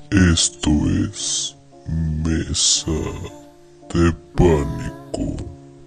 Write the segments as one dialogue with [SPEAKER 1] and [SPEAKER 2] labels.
[SPEAKER 1] Esto es Mesa de Pánico.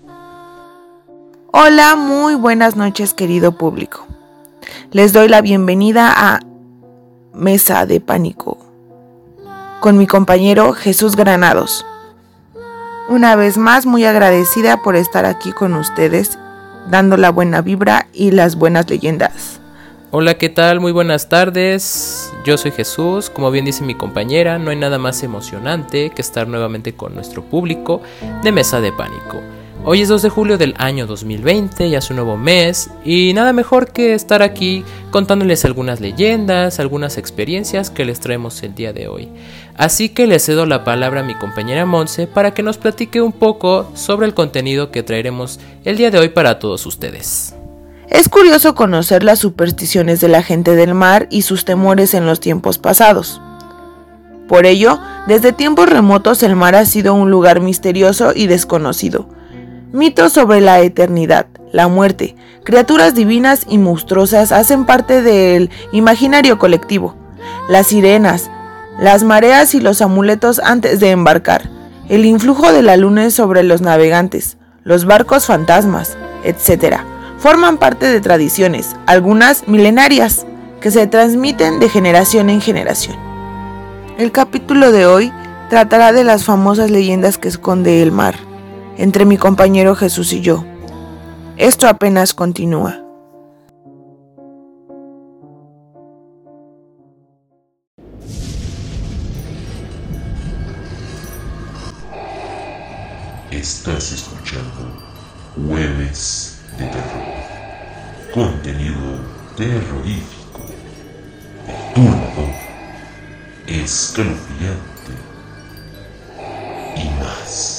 [SPEAKER 2] Hola, muy buenas noches, querido público. Les doy la bienvenida a Mesa de Pánico con mi compañero Jesús Granados. Una vez más, muy agradecida por estar aquí con ustedes, dando la buena vibra y las buenas leyendas.
[SPEAKER 3] Hola, ¿qué tal? Muy buenas tardes. Yo soy Jesús. Como bien dice mi compañera, no hay nada más emocionante que estar nuevamente con nuestro público de Mesa de Pánico. Hoy es 2 de julio del año 2020, ya es un nuevo mes, y nada mejor que estar aquí contándoles algunas leyendas, algunas experiencias que les traemos el día de hoy. Así que le cedo la palabra a mi compañera Monse para que nos platique un poco sobre el contenido que traeremos el día de hoy para todos ustedes.
[SPEAKER 2] Es curioso conocer las supersticiones de la gente del mar y sus temores en los tiempos pasados. Por ello, desde tiempos remotos el mar ha sido un lugar misterioso y desconocido. Mitos sobre la eternidad, la muerte, criaturas divinas y monstruosas hacen parte del imaginario colectivo. Las sirenas, las mareas y los amuletos antes de embarcar, el influjo de la luna sobre los navegantes, los barcos fantasmas, etc. forman parte de tradiciones, algunas milenarias, que se transmiten de generación en generación. El capítulo de hoy tratará de las famosas leyendas que esconde el mar, entre mi compañero Jesús y yo. Esto apenas continúa.
[SPEAKER 4] Estás escuchando Jueves de Terror. Contenido terrorífico, perturbador, escalofriante y más.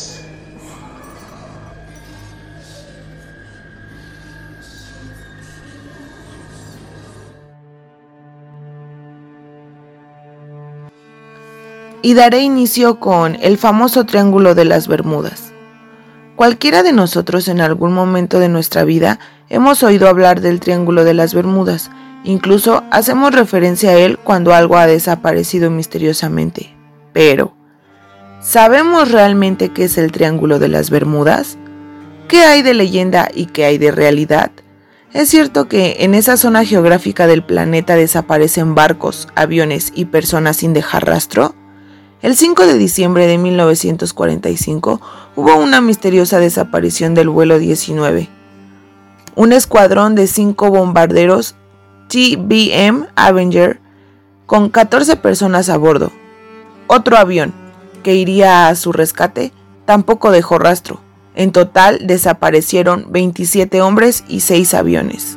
[SPEAKER 2] Y daré inicio con el famoso Triángulo de las Bermudas. Cualquiera de nosotros en algún momento de nuestra vida hemos oído hablar del Triángulo de las Bermudas, incluso hacemos referencia a él cuando algo ha desaparecido misteriosamente. Pero, ¿sabemos realmente qué es el Triángulo de las Bermudas? ¿Qué hay de leyenda y qué hay de realidad? ¿Es cierto que en esa zona geográfica del planeta desaparecen barcos, aviones y personas sin dejar rastro? El 5 de diciembre de 1945 hubo una misteriosa desaparición del vuelo 19. Un escuadrón de 5 bombarderos TBM Avenger con 14 personas a bordo. Otro avión, que iría a su rescate, tampoco dejó rastro. En total desaparecieron 27 hombres y 6 aviones.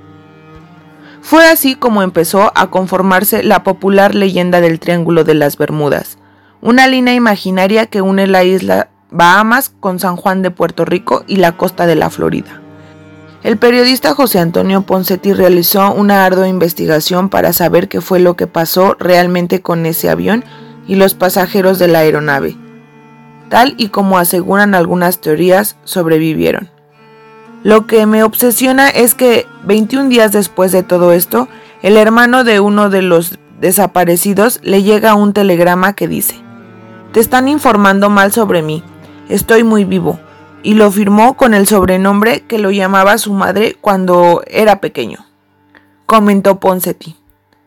[SPEAKER 2] Fue así como empezó a conformarse la popular leyenda del Triángulo de las Bermudas, una línea imaginaria que une la isla Bahamas con San Juan de Puerto Rico y la costa de la Florida. El periodista José Antonio Ponseti realizó una ardua investigación para saber qué fue lo que pasó realmente con ese avión y los pasajeros de la aeronave. Tal y como aseguran algunas teorías, sobrevivieron. Lo que me obsesiona es que 21 días después de todo esto, el hermano de uno de los desaparecidos le llega un telegrama que dice: "Te están informando mal sobre mí, estoy muy vivo", y lo firmó con el sobrenombre que lo llamaba su madre cuando era pequeño. Comentó Ponseti.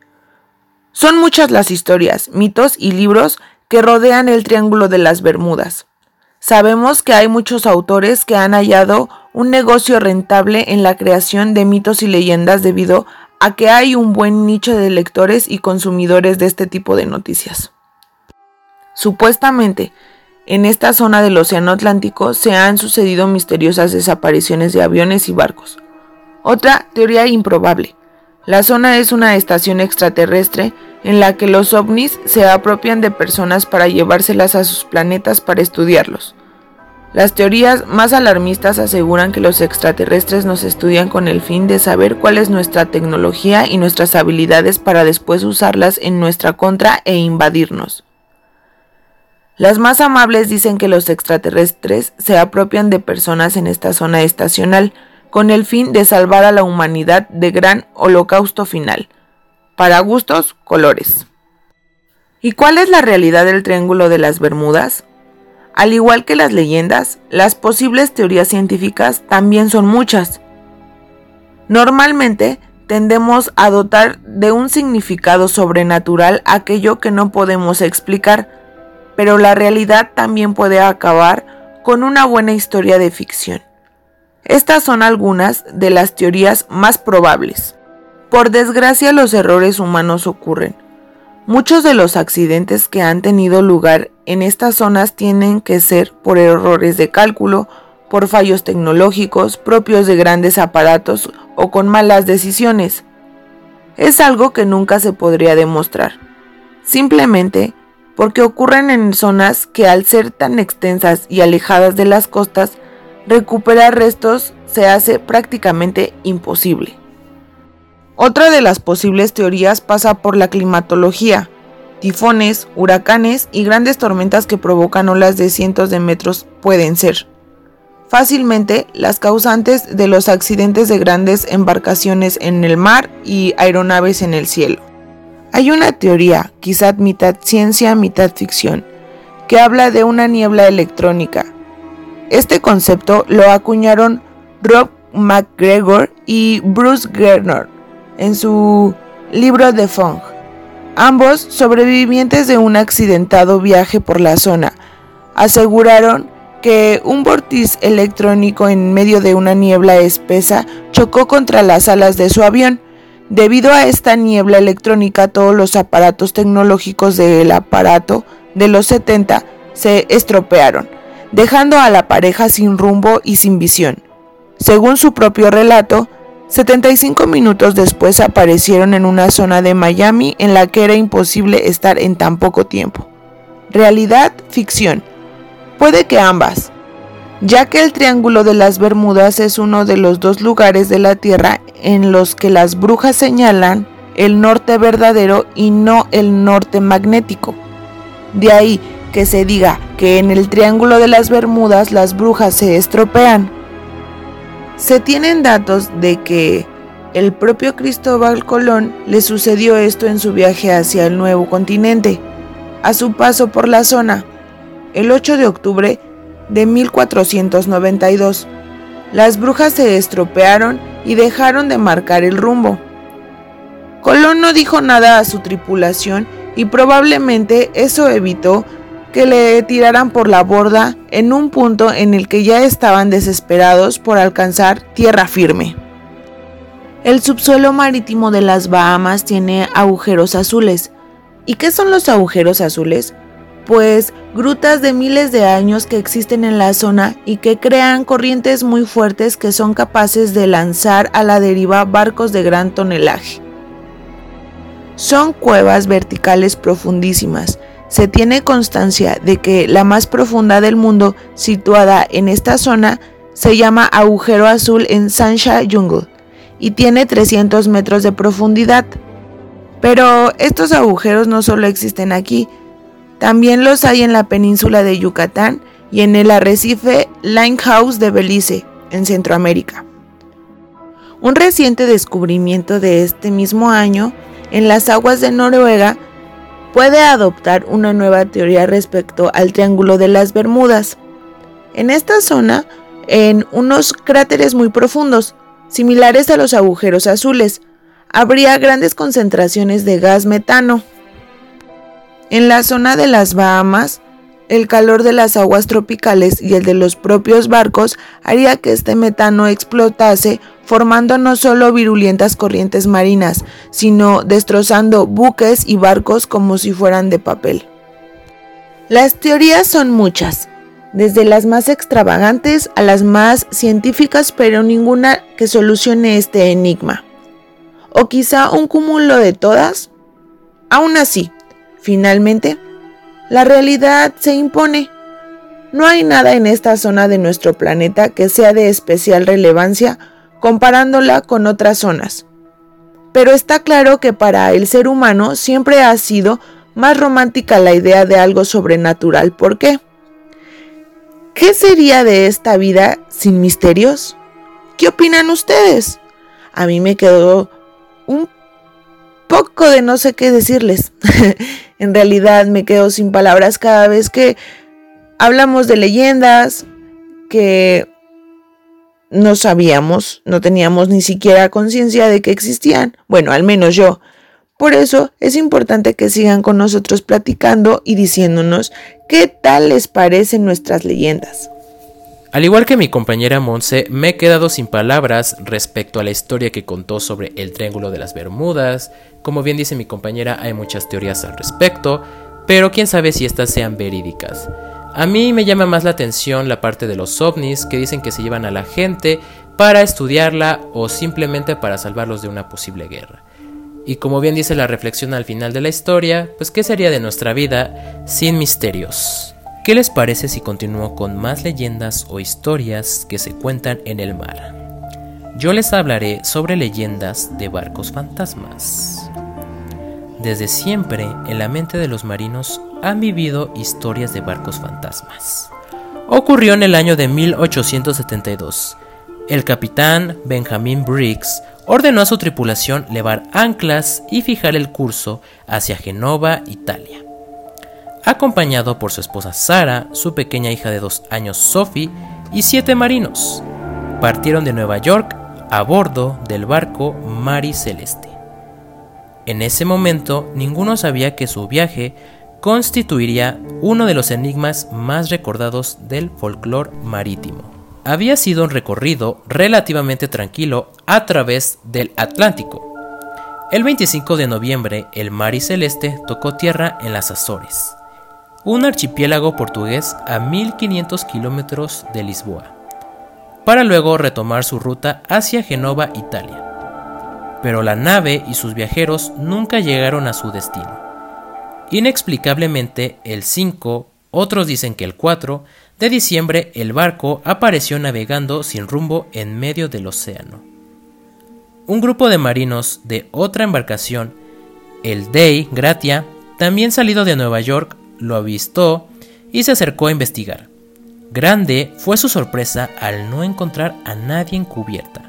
[SPEAKER 2] Son muchas las historias, mitos y libros que rodean el Triángulo de las Bermudas. Sabemos que hay muchos autores que han hallado un negocio rentable en la creación de mitos y leyendas debido a que hay un buen nicho de lectores y consumidores de este tipo de noticias. Supuestamente, en esta zona del Océano Atlántico se han sucedido misteriosas desapariciones de aviones y barcos. Otra teoría improbable: la zona es una estación extraterrestre en la que los ovnis se apropian de personas para llevárselas a sus planetas para estudiarlos. Las teorías más alarmistas aseguran que los extraterrestres nos estudian con el fin de saber cuál es nuestra tecnología y nuestras habilidades para después usarlas en nuestra contra e invadirnos. Las más amables dicen que los extraterrestres se apropian de personas en esta zona estacional con el fin de salvar a la humanidad de gran holocausto final. Para gustos, colores. ¿Y cuál es la realidad del Triángulo de las Bermudas? Al igual que las leyendas, las posibles teorías científicas también son muchas. Normalmente tendemos a dotar de un significado sobrenatural aquello que no podemos explicar, pero la realidad también puede acabar con una buena historia de ficción. Estas son algunas de las teorías más probables. Por desgracia, los errores humanos ocurren. Muchos de los accidentes que han tenido lugar en estas zonas tienen que ser por errores de cálculo, por fallos tecnológicos propios de grandes aparatos o con malas decisiones. Es algo que nunca se podría demostrar, simplemente porque ocurren en zonas que al ser tan extensas y alejadas de las costas, recuperar restos se hace prácticamente imposible. Otra de las posibles teorías pasa por la climatología. Tifones, huracanes y grandes tormentas que provocan olas de cientos de metros pueden ser fácilmente las causantes de los accidentes de grandes embarcaciones en el mar y aeronaves en el cielo. Hay una teoría, quizá mitad ciencia, mitad ficción, que habla de una niebla electrónica. Este concepto lo acuñaron Rob McGregor y Bruce Gernot en su libro The Fog. Ambos, sobrevivientes de un accidentado viaje por la zona, aseguraron que un vórtice electrónico en medio de una niebla espesa chocó contra las alas de su avión. Debido a esta niebla electrónica, todos los aparatos tecnológicos del aparato de los 70 se estropearon, dejando a la pareja sin rumbo y sin visión. Según su propio relato, 75 minutos después aparecieron en una zona de Miami en la que era imposible estar en tan poco tiempo. ¿Realidad? ¿Ficción? Puede que ambas, ya que el Triángulo de las Bermudas es uno de los dos lugares de la Tierra en los que las brujas señalan el norte verdadero y no el norte magnético. De ahí que se diga que en el Triángulo de las Bermudas las brujas se estropean. Se tienen datos de que el propio Cristóbal Colón le sucedió esto en su viaje hacia el nuevo continente, a su paso por la zona, el 8 de octubre de 1492. Las brujas se estropearon y dejaron de marcar el rumbo. Colón no dijo nada a su tripulación y probablemente eso evitó que le tiraran por la borda en un punto en el que ya estaban desesperados por alcanzar tierra firme. El subsuelo marítimo de las Bahamas tiene agujeros azules. ¿Y qué son los agujeros azules? Pues grutas de miles de años que existen en la zona y que crean corrientes muy fuertes que son capaces de lanzar a la deriva barcos de gran tonelaje. Son cuevas verticales profundísimas. Se tiene constancia de que la más profunda del mundo, situada en esta zona, se llama Agujero Azul en Sancha Jungle y tiene 300 metros de profundidad. Pero estos agujeros no solo existen aquí, también los hay en la península de Yucatán y en el arrecife Limehouse de Belice, en Centroamérica. Un reciente descubrimiento de este mismo año, en las aguas de Noruega, puede adoptar una nueva teoría respecto al Triángulo de las Bermudas. En esta zona, en unos cráteres muy profundos, similares a los agujeros azules, habría grandes concentraciones de gas metano. En la zona de las Bahamas, el calor de las aguas tropicales y el de los propios barcos haría que este metano explotase, formando no solo virulentas corrientes marinas, sino destrozando buques y barcos como si fueran de papel. Las teorías son muchas, desde las más extravagantes a las más científicas, pero ninguna que solucione este enigma. ¿O quizá un cúmulo de todas? Aún así, finalmente, la realidad se impone. No hay nada en esta zona de nuestro planeta que sea de especial relevancia comparándola con otras zonas. Pero está claro que para el ser humano siempre ha sido más romántica la idea de algo sobrenatural. ¿Por qué? ¿Qué sería de esta vida sin misterios? ¿Qué opinan ustedes? A mí me quedó un poco de no sé qué decirles. En realidad me quedo sin palabras cada vez que hablamos de leyendas que no sabíamos, no teníamos ni siquiera conciencia de que existían. Bueno, al menos yo. Por eso es importante que sigan con nosotros platicando y diciéndonos qué tal les parecen nuestras leyendas.
[SPEAKER 3] Al igual que mi compañera Monse, me he quedado sin palabras respecto a la historia que contó sobre el Triángulo de las Bermudas. Como bien dice mi compañera, hay muchas teorías al respecto, pero quién sabe si estas sean verídicas. A mí me llama más la atención la parte de los ovnis, que dicen que se llevan a la gente para estudiarla o simplemente para salvarlos de una posible guerra. Y como bien dice la reflexión al final de la historia, pues ¿qué sería de nuestra vida sin misterios? ¿Qué les parece si continúo con más leyendas o historias que se cuentan en el mar? Yo les hablaré sobre leyendas de barcos fantasmas. Desde siempre, en la mente de los marinos han vivido historias de barcos fantasmas. Ocurrió en el año de 1872. El capitán Benjamin Briggs ordenó a su tripulación levar anclas y fijar el curso hacia Génova, Italia. Acompañado por su esposa Sara, su pequeña hija de 2 años Sophie y 7 marinos, partieron de Nueva York a bordo del barco Mari Celeste. En ese momento, ninguno sabía que su viaje constituiría uno de los enigmas más recordados del folclore marítimo. Había sido un recorrido relativamente tranquilo a través del Atlántico. El 25 de noviembre, el Mari Celeste tocó tierra en las Azores, un archipiélago portugués a 1500 kilómetros de Lisboa, para luego retomar su ruta hacia Génova, Italia. Pero la nave y sus viajeros nunca llegaron a su destino. Inexplicablemente, el 5, otros dicen que el 4 de diciembre, el barco apareció navegando sin rumbo en medio del océano. Un grupo de marinos de otra embarcación, el Dei Gratia, también salido de Nueva York, lo avistó y se acercó a investigar. Grande fue su sorpresa al no encontrar a nadie en cubierta.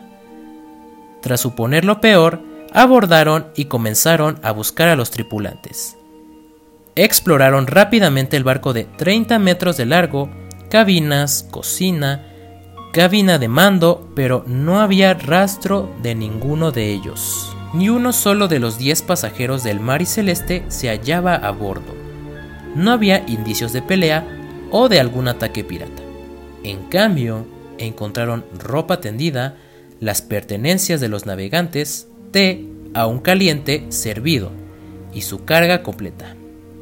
[SPEAKER 3] Tras suponer lo peor, abordaron y comenzaron a buscar a los tripulantes. Exploraron rápidamente el barco de 30 metros de largo, cabinas, cocina, cabina de mando, pero no había rastro de ninguno de ellos. Ni uno solo de los 10 pasajeros del Mari Celeste se hallaba a bordo. No había indicios de pelea o de algún ataque pirata. En cambio, encontraron ropa tendida, las pertenencias de los navegantes, té aún caliente servido y su carga completa.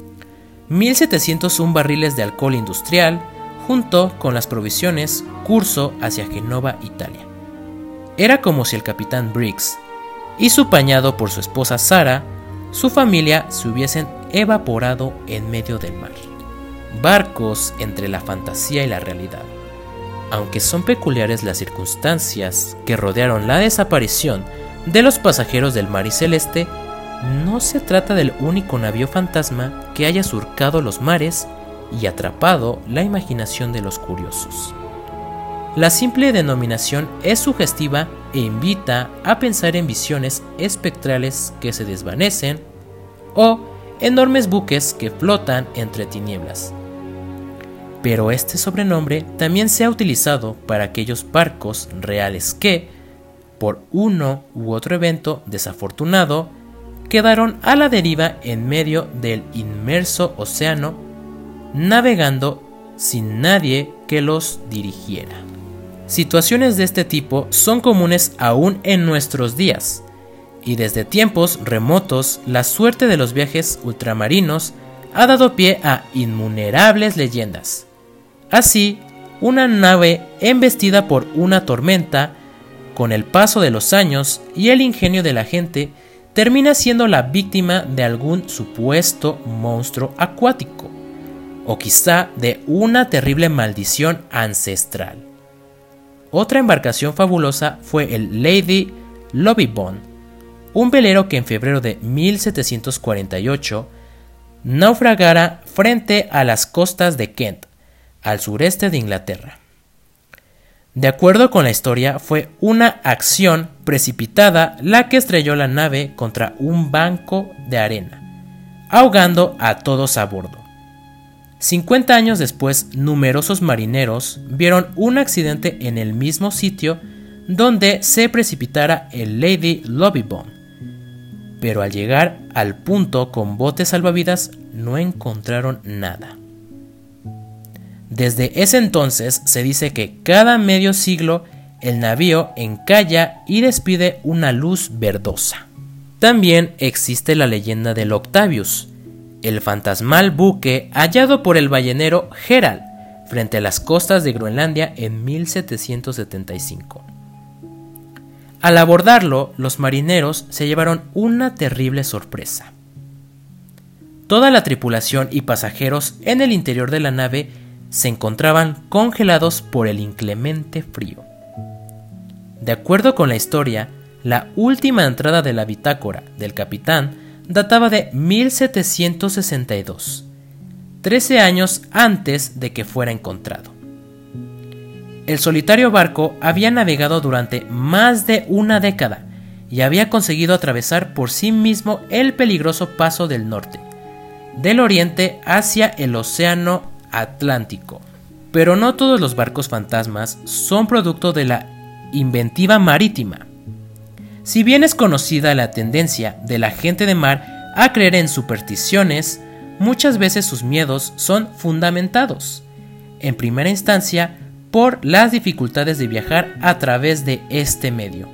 [SPEAKER 3] 1701 barriles de alcohol industrial, junto con las provisiones, curso hacia Génova, Italia. Era como si el capitán Briggs y su pañado por su esposa Sara, su familia se hubiesen evaporado en medio del mar. Barcos entre la fantasía y la realidad. Aunque son peculiares las circunstancias que rodearon la desaparición de los pasajeros del Mari Celeste, no se trata del único navío fantasma que haya surcado los mares y atrapado la imaginación de los curiosos. La simple denominación es sugestiva e invita a pensar en visiones espectrales que se desvanecen o enormes buques que flotan entre tinieblas. Pero este sobrenombre también se ha utilizado para aquellos barcos reales que, por uno u otro evento desafortunado, quedaron a la deriva en medio del inmenso océano, navegando sin nadie que los dirigiera. Situaciones de este tipo son comunes aún en nuestros días, y desde tiempos remotos la suerte de los viajes ultramarinos ha dado pie a innumerables leyendas. Así, una nave embestida por una tormenta, con el paso de los años y el ingenio de la gente, termina siendo la víctima de algún supuesto monstruo acuático, o quizá de una terrible maldición ancestral. Otra embarcación fabulosa fue el Lady Lovibond, un velero que en febrero de 1748 naufragara frente a las costas de Kent, al sureste de Inglaterra. De acuerdo con la historia, fue una acción precipitada la que estrelló la nave contra un banco de arena, ahogando a todos a bordo. 50 años después, numerosos marineros vieron un accidente en el mismo sitio donde se precipitara el Lady Lovibond, pero al llegar al punto con botes salvavidas no encontraron nada. Desde ese entonces se dice que cada medio siglo el navío encalla y despide una luz verdosa. También existe la leyenda del Octavius, el fantasmal buque hallado por el ballenero Herald frente a las costas de Groenlandia en 1775. Al abordarlo, los marineros se llevaron una terrible sorpresa. Toda la tripulación y pasajeros en el interior de la nave se encontraban congelados por el inclemente frío. De acuerdo con la historia, la última entrada de la bitácora del capitán databa de 1762, 13 años antes de que fuera encontrado. El solitario barco había navegado durante más de una década y había conseguido atravesar por sí mismo el peligroso paso del norte, del oriente hacia el océano Atlántico. Pero no todos los barcos fantasmas son producto de la inventiva marítima. Si bien es conocida la tendencia de la gente de mar a creer en supersticiones, muchas veces sus miedos son fundamentados, en primera instancia, por las dificultades de viajar a través de este medio.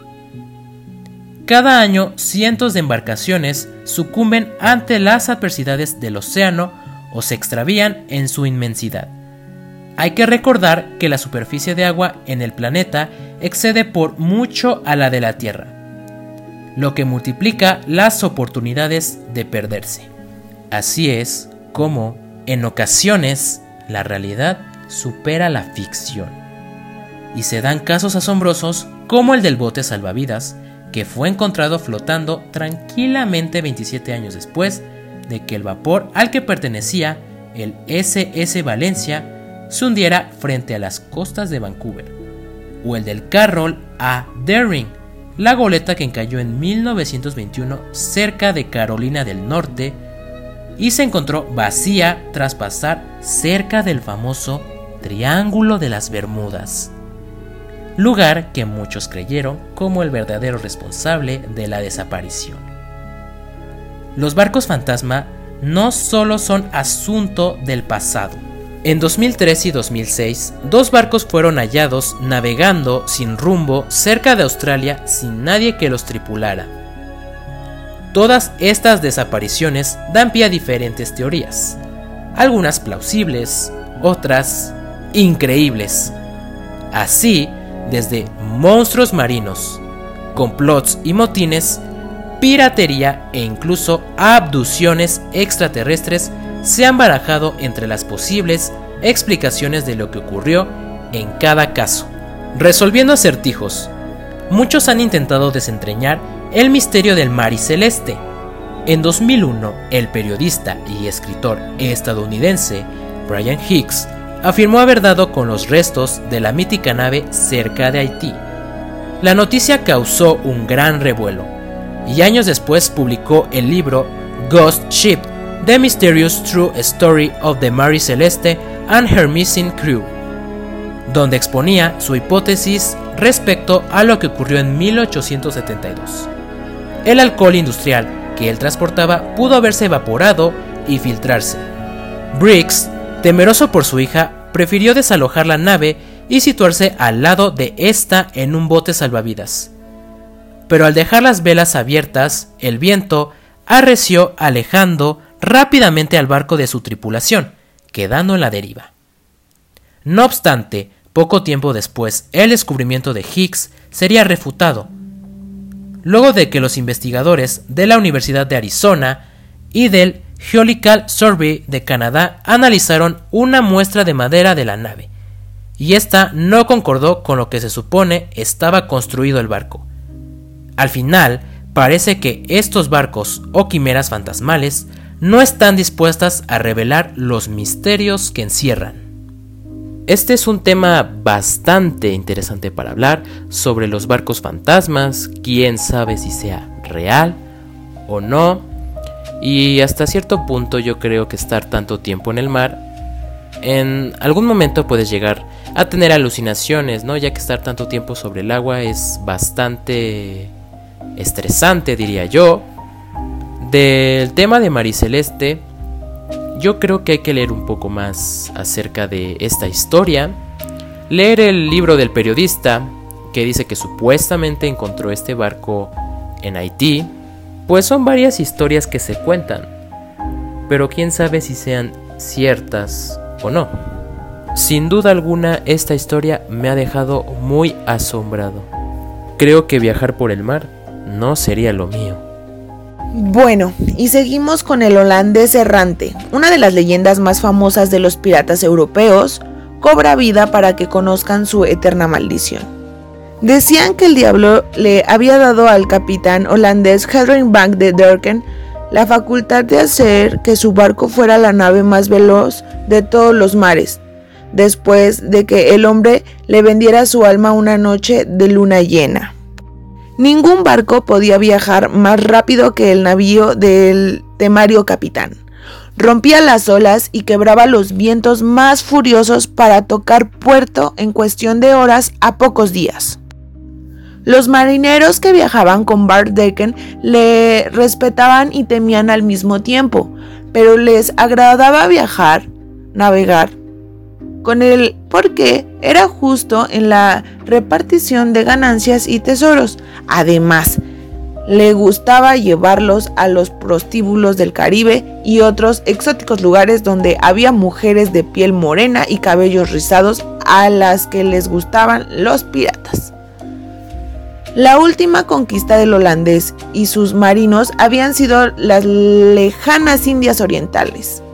[SPEAKER 3] Cada año, cientos de embarcaciones sucumben ante las adversidades del océano o se extravían en su inmensidad. Hay que recordar que la superficie de agua en el planeta excede por mucho a la de la Tierra, lo que multiplica las oportunidades de perderse. Así es como, en ocasiones, la realidad supera la ficción, y se dan casos asombrosos como el del bote salvavidas, que fue encontrado flotando tranquilamente 27 años después de que el vapor al que pertenecía, el SS Valencia, se hundiera frente a las costas de Vancouver, o el del Carroll A. Deering, la goleta que encalló en 1921 cerca de Carolina del Norte y se encontró vacía tras pasar cerca del famoso Triángulo de las Bermudas, lugar que muchos creyeron como el verdadero responsable de la desaparición. Los barcos fantasma no solo son asunto del pasado. En 2003 y 2006, 2 barcos fueron hallados navegando sin rumbo cerca de Australia sin nadie que los tripulara. Todas estas desapariciones dan pie a diferentes teorías, algunas plausibles, otras increíbles. Así, desde monstruos marinos, complots y motines, piratería e incluso abducciones extraterrestres se han barajado entre las posibles explicaciones de lo que ocurrió en cada caso. Resolviendo acertijos, muchos han intentado desentrañar el misterio del mar y celeste. En 2001, el periodista y escritor estadounidense Brian Hicks afirmó haber dado con los restos de la mítica nave cerca de Haití. La noticia causó un gran revuelo, y años después publicó el libro Ghost Ship: The Mysterious True Story of the Mary Celeste and Her Missing Crew, donde exponía su hipótesis respecto a lo que ocurrió en 1872. El alcohol industrial que él transportaba pudo haberse evaporado y filtrarse. Briggs, temeroso por su hija, prefirió desalojar la nave y situarse al lado de esta en un bote salvavidas. Pero al dejar las velas abiertas, el viento arreció alejando rápidamente al barco de su tripulación, quedando en la deriva. No obstante, poco tiempo después, el descubrimiento de Hicks sería refutado, luego de que los investigadores de la Universidad de Arizona y del Geological Survey de Canadá analizaron una muestra de madera de la nave, y esta no concordó con lo que se supone estaba construido el barco. Al final, parece que estos barcos o quimeras fantasmales no están dispuestas a revelar los misterios que encierran. Este es un tema bastante interesante para hablar sobre los barcos fantasmas, quién sabe si sea real o no. Y hasta cierto punto yo creo que estar tanto tiempo en el mar, en algún momento puedes llegar a tener alucinaciones, ¿no? Ya que estar tanto tiempo sobre el agua es bastante estresante, diría yo. Del tema de Mariceleste, yo creo que hay que leer un poco más acerca de esta historia. Leer el libro del periodista que dice que supuestamente encontró este barco en Haití. Pues son varias historias que se cuentan, pero quién sabe si sean ciertas o no. Sin duda alguna, esta historia me ha dejado muy asombrado. Creo que viajar por el mar no sería lo mío.
[SPEAKER 2] Bueno, y seguimos con el holandés errante. Una de las leyendas más famosas de los piratas europeos cobra vida para que conozcan su eterna maldición. Decían que el diablo le había dado al capitán holandés Hendrik van der Decken la facultad de hacer que su barco fuera la nave más veloz de todos los mares, después de que el hombre le vendiera su alma una noche de luna llena. Ningún barco podía viajar más rápido que el navío del temario capitán. Rompía las olas y quebraba los vientos más furiosos para tocar puerto en cuestión de horas a pocos días. Los marineros que viajaban con Van der Decken le respetaban y temían al mismo tiempo, pero les agradaba navegar con él porque era justo en la repartición de ganancias y tesoros. Además, le gustaba llevarlos a los prostíbulos del Caribe y otros exóticos lugares donde había mujeres de piel morena y cabellos rizados a las que les gustaban los piratas. La última conquista del holandés y sus marinos habían sido las lejanas Indias Orientales,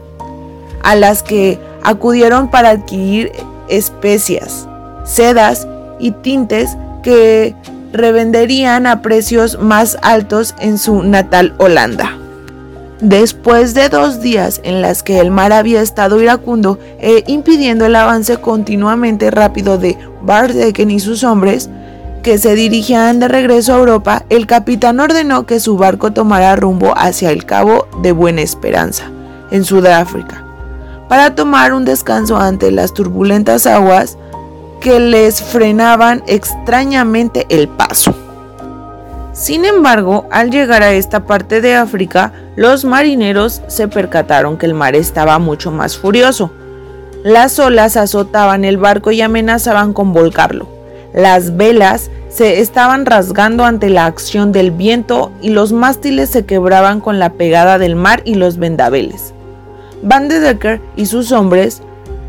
[SPEAKER 2] a las que acudieron para adquirir especias, sedas y tintes que revenderían a precios más altos en su natal Holanda. Después de 2 días en las que el mar había estado iracundo e impidiendo el avance continuamente rápido de Van der Decken y sus hombres, que se dirigían de regreso a Europa, el capitán ordenó que su barco tomara rumbo hacia el Cabo de Buena Esperanza, en Sudáfrica, para tomar un descanso ante las turbulentas aguas que les frenaban extrañamente el paso. Sin embargo, al llegar a esta parte de África, los marineros se percataron que el mar estaba mucho más furioso. Las olas azotaban el barco y amenazaban con volcarlo. Las velas se estaban rasgando ante la acción del viento y los mástiles se quebraban con la pegada del mar y los vendaveles. Van der Decken y sus hombres,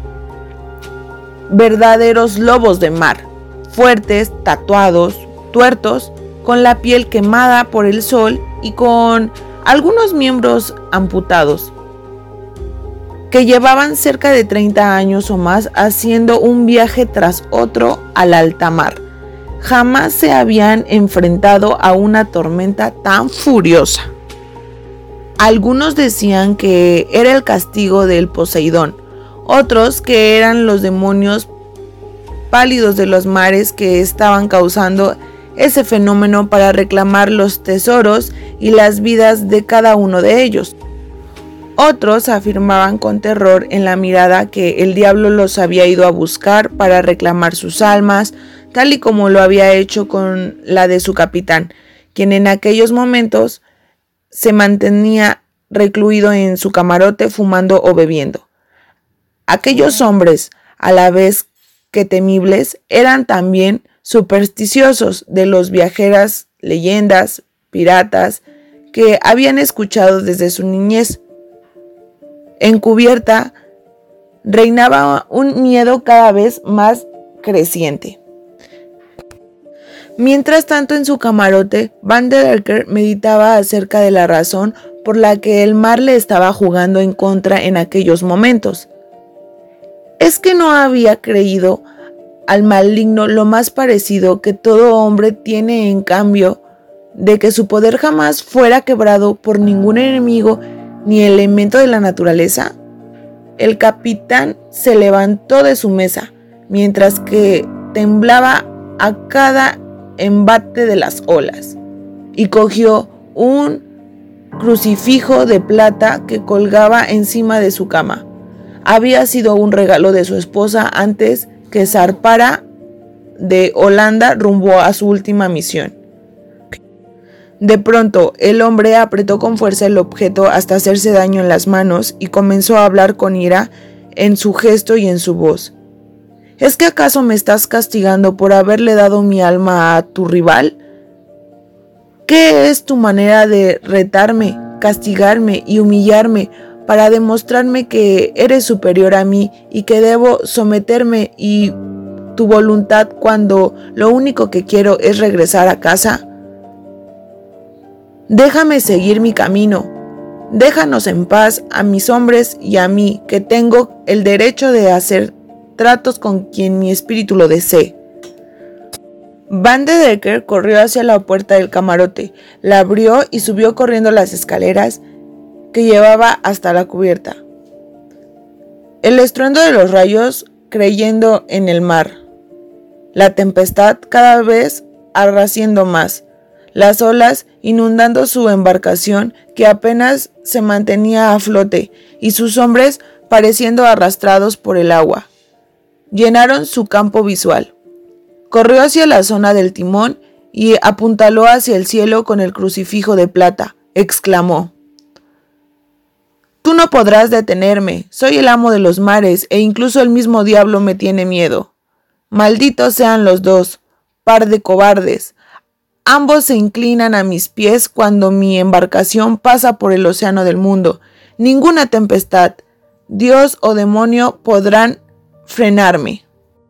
[SPEAKER 2] verdaderos lobos de mar, fuertes, tatuados, tuertos, con la piel quemada por el sol y con algunos miembros amputados, que llevaban cerca de 30 años o más haciendo un viaje tras otro al alta mar. Jamás se habían enfrentado a una tormenta tan furiosa. Algunos decían que era el castigo del Poseidón, otros que eran los demonios pálidos de los mares que estaban causando ese fenómeno para reclamar los tesoros y las vidas de cada uno de ellos. Otros afirmaban con terror en la mirada que el diablo los había ido a buscar para reclamar sus almas, tal y como lo había hecho con la de su capitán, quien en aquellos momentos se mantenía recluido en su camarote fumando o bebiendo. Aquellos hombres, a la vez que temibles, eran también supersticiosos de los viajeras, leyendas, piratas, que habían escuchado desde su niñez. Encubierta reinaba un miedo cada vez más creciente. Mientras tanto, en su camarote, Van der Decken meditaba acerca de la razón por la que el mar le estaba jugando en contra en aquellos momentos. Es que no había creído al maligno lo más parecido que todo hombre tiene, en cambio de que su poder jamás fuera quebrado por ningún enemigo ni elemento de la naturaleza. El capitán se levantó de su mesa, mientras que temblaba a cada embate de las olas, y cogió un crucifijo de plata que colgaba encima de su cama. Había sido un regalo de su esposa antes que zarpara de Holanda rumbo a su última misión. De pronto, el hombre apretó con fuerza el objeto hasta hacerse daño en las manos y comenzó a hablar con ira en su gesto y en su voz. ¿Es que acaso me estás castigando por haberle dado mi alma a tu rival? ¿Qué es tu manera de retarme, castigarme y humillarme para demostrarme que eres superior a mí y que debo someterme y tu voluntad cuando lo único que quiero es regresar a casa? Déjame seguir mi camino. Déjanos en paz a mis hombres y a mí, que tengo el derecho de hacer tratos con quien mi espíritu lo desee. Van de Decker corrió hacia la puerta del camarote, la abrió y subió corriendo las escaleras que llevaba hasta la cubierta. El estruendo de los rayos creyendo en el mar. La tempestad cada vez arreciendo más. Las olas inundando su embarcación que apenas se mantenía a flote y sus hombres pareciendo arrastrados por el agua. Llenaron su campo visual. Corrió hacia la zona del timón y apuntaló hacia el cielo con el crucifijo de plata. Exclamó: «Tú no podrás detenerme, soy el amo de los mares e incluso el mismo diablo me tiene miedo. Malditos sean los dos, par de cobardes. Ambos se inclinan a mis pies cuando mi embarcación pasa por el océano del mundo. Ninguna tempestad, Dios o demonio podrán frenarme».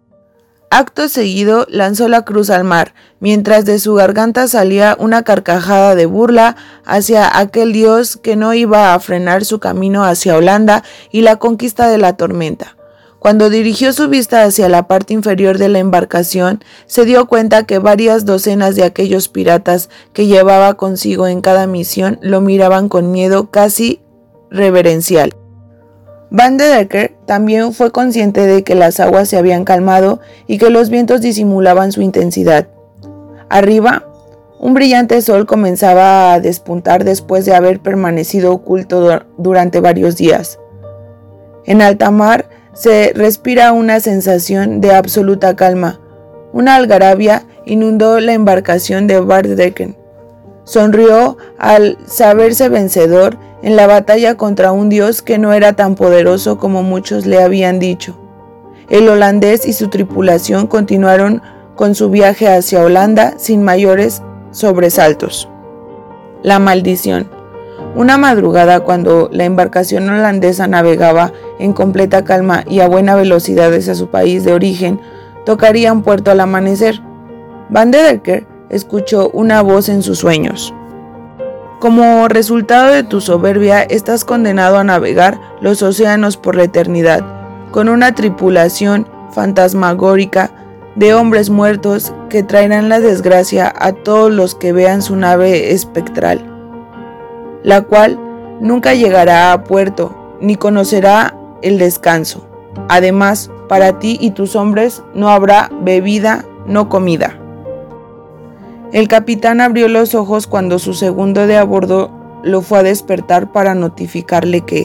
[SPEAKER 2] Acto seguido lanzó la cruz al mar, mientras de su garganta salía una carcajada de burla hacia aquel dios que no iba a frenar su camino hacia Holanda y la conquista de la tormenta. Cuando dirigió su vista hacia la parte inferior de la embarcación, se dio cuenta que varias docenas de aquellos piratas que llevaba consigo en cada misión lo miraban con miedo casi reverencial. Van de Decker también fue consciente de que las aguas se habían calmado y que los vientos disimulaban su intensidad. Arriba, un brillante sol comenzaba a despuntar después de haber permanecido oculto durante varios días. En alta mar se respira una sensación de absoluta calma. Una algarabia inundó la embarcación de Van de Decker. Sonrió al saberse vencedor en la batalla contra un dios que no era tan poderoso como muchos le habían dicho. El holandés y su tripulación continuaron con su viaje hacia Holanda sin mayores sobresaltos. La maldición. Una madrugada, cuando la embarcación holandesa navegaba en completa calma y a buena velocidad hacia su país de origen, tocarían puerto al amanecer. Van de Decker escuchó una voz en sus sueños. Como resultado de tu soberbia, estás condenado a navegar los océanos por la eternidad, con una tripulación fantasmagórica de hombres muertos que traerán la desgracia a todos los que vean su nave espectral, la cual nunca llegará a puerto, ni conocerá el descanso. Además, para ti y tus hombres no habrá bebida, no comida. El capitán abrió los ojos cuando su segundo de a bordo lo fue a despertar para notificarle que,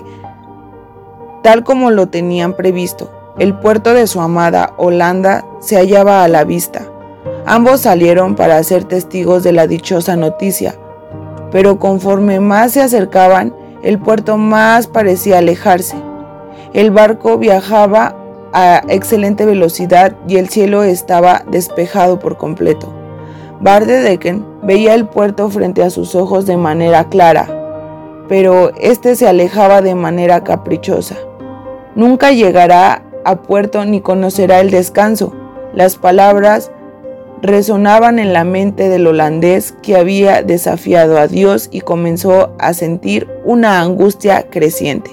[SPEAKER 2] tal como lo tenían previsto, el puerto de su amada Holanda se hallaba a la vista. Ambos salieron para ser testigos de la dichosa noticia, pero conforme más se acercaban, el puerto más parecía alejarse. El barco viajaba a excelente velocidad y el cielo estaba despejado por completo. Van de Decker veía el puerto frente a sus ojos de manera clara, pero este se alejaba de manera caprichosa. Nunca llegará a puerto ni conocerá el descanso. Las palabras resonaban en la mente del holandés, que había desafiado a Dios y comenzó a sentir una angustia creciente.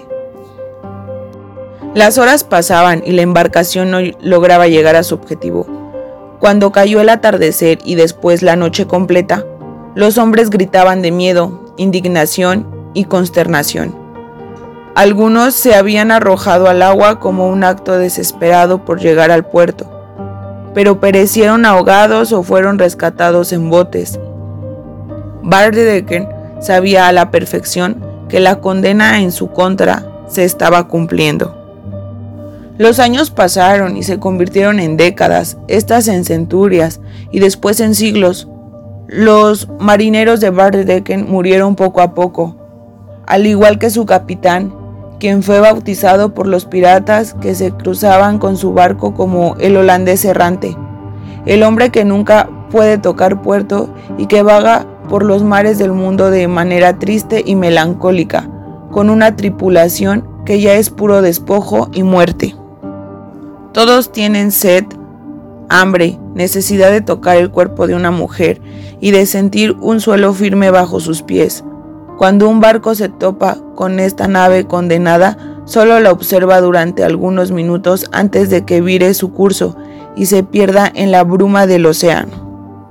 [SPEAKER 2] Las horas pasaban y la embarcación no lograba llegar a su objetivo. Cuando cayó el atardecer y después la noche completa, los hombres gritaban de miedo, indignación y consternación. Algunos se habían arrojado al agua como un acto desesperado por llegar al puerto, pero perecieron ahogados o fueron rescatados en botes. Van de Decker sabía a la perfección que la condena en su contra se estaba cumpliendo. Los años pasaron y se convirtieron en décadas, estas en centurias y después en siglos. Los marineros de Vanderdecken murieron poco a poco, al igual que su capitán, quien fue bautizado por los piratas que se cruzaban con su barco como el holandés errante, el hombre que nunca puede tocar puerto y que vaga por los mares del mundo de manera triste y melancólica, con una tripulación que ya es puro despojo y muerte. Todos tienen sed, hambre, necesidad de tocar el cuerpo de una mujer y de sentir un suelo firme bajo sus pies. Cuando un barco se topa con esta nave condenada, solo la observa durante algunos minutos antes de que vire su curso y se pierda en la bruma del océano.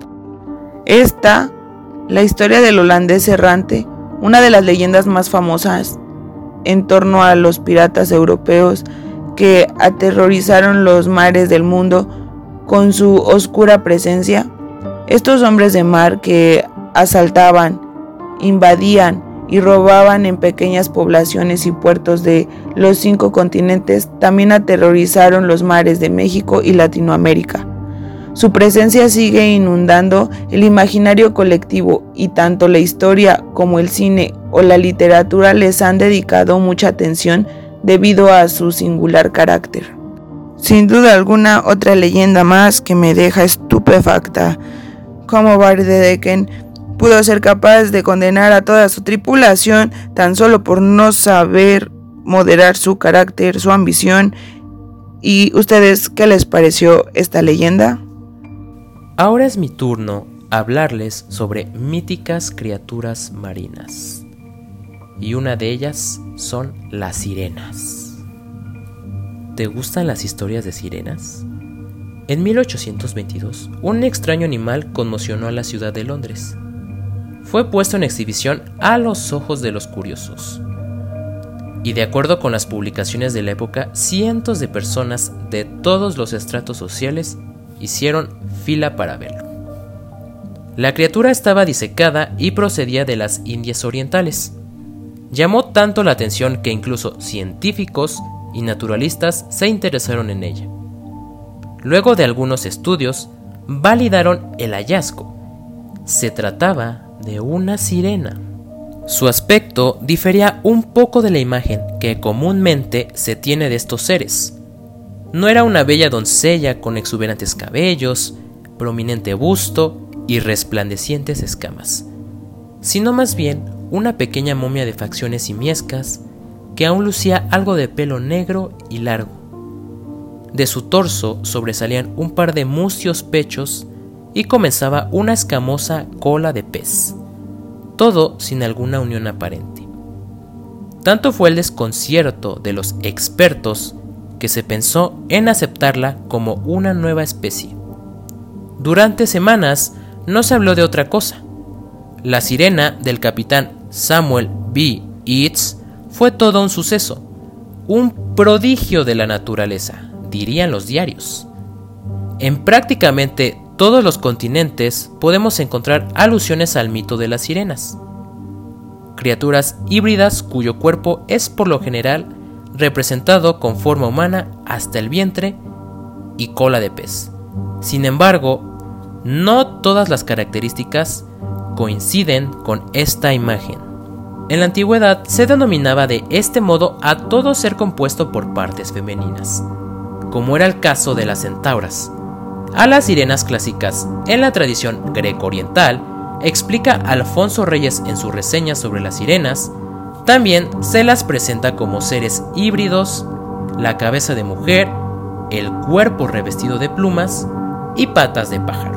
[SPEAKER 2] La historia del holandés errante, una de las leyendas más famosas en torno a los piratas europeos que aterrorizaron los mares del mundo con su oscura presencia. Estos hombres de mar que asaltaban, invadían y robaban en pequeñas poblaciones y puertos de los 5 continentes también aterrorizaron los mares de México y Latinoamérica. Su presencia sigue inundando el imaginario colectivo y tanto la historia como el cine o la literatura les han dedicado mucha atención debido a su singular carácter. Sin duda alguna, otra leyenda más que me deja estupefacta. Cómo Vanderdecken pudo ser capaz de condenar a toda su tripulación tan solo por no saber moderar su carácter, su ambición. ¿Y ustedes qué les pareció esta leyenda?
[SPEAKER 3] Ahora es mi turno hablarles sobre míticas criaturas marinas. Y una de ellas son las sirenas. ¿Te gustan las historias de sirenas? En 1822, un extraño animal conmocionó a la ciudad de Londres. Fue puesto en exhibición a los ojos de los curiosos. Y de acuerdo con las publicaciones de la época, cientos de personas de todos los estratos sociales hicieron fila para verlo. La criatura estaba disecada y procedía de las Indias Orientales. Llamó tanto la atención que incluso científicos y naturalistas se interesaron en ella. Luego de algunos estudios, validaron el hallazgo. Se trataba de una sirena. Su aspecto difería un poco de la imagen que comúnmente se tiene de estos seres. No era una bella doncella con exuberantes cabellos, prominente busto y resplandecientes escamas, sino más bien una pequeña momia de facciones simiescas que aún lucía algo de pelo negro y largo. De su torso sobresalían un par de mustios pechos y comenzaba una escamosa cola de pez, todo sin alguna unión aparente. Tanto fue el desconcierto de los expertos que se pensó en aceptarla como una nueva especie. Durante semanas no se habló de otra cosa. La sirena del capitán Samuel B. Yeats fue todo un suceso, un prodigio de la naturaleza, dirían los diarios. En prácticamente todos los continentes podemos encontrar alusiones al mito de las sirenas, criaturas híbridas cuyo cuerpo es por lo general representado con forma humana hasta el vientre y cola de pez. Sin embargo, no todas las características coinciden con esta imagen. En la antigüedad se denominaba de este modo a todo ser compuesto por partes femeninas, como era el caso de las centauras. A las sirenas clásicas, en la tradición greco-oriental, explica Alfonso Reyes en su reseña sobre las sirenas, también se las presenta como seres híbridos, la cabeza de mujer, el cuerpo revestido de plumas y patas de pájaro.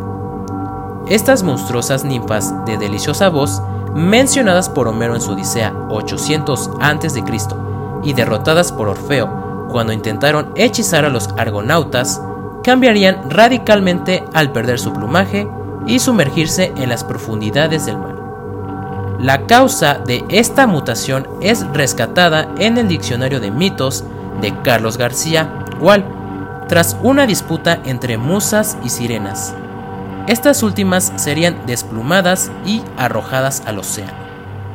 [SPEAKER 3] Estas monstruosas ninfas de deliciosa voz, mencionadas por Homero en su Odisea 800 a.C. y derrotadas por Orfeo cuando intentaron hechizar a los argonautas, cambiarían radicalmente al perder su plumaje y sumergirse en las profundidades del mar. La causa de esta mutación es rescatada en el Diccionario de Mitos de Carlos García Gual, tras una disputa entre musas y sirenas. Estas últimas serían desplumadas y arrojadas al océano.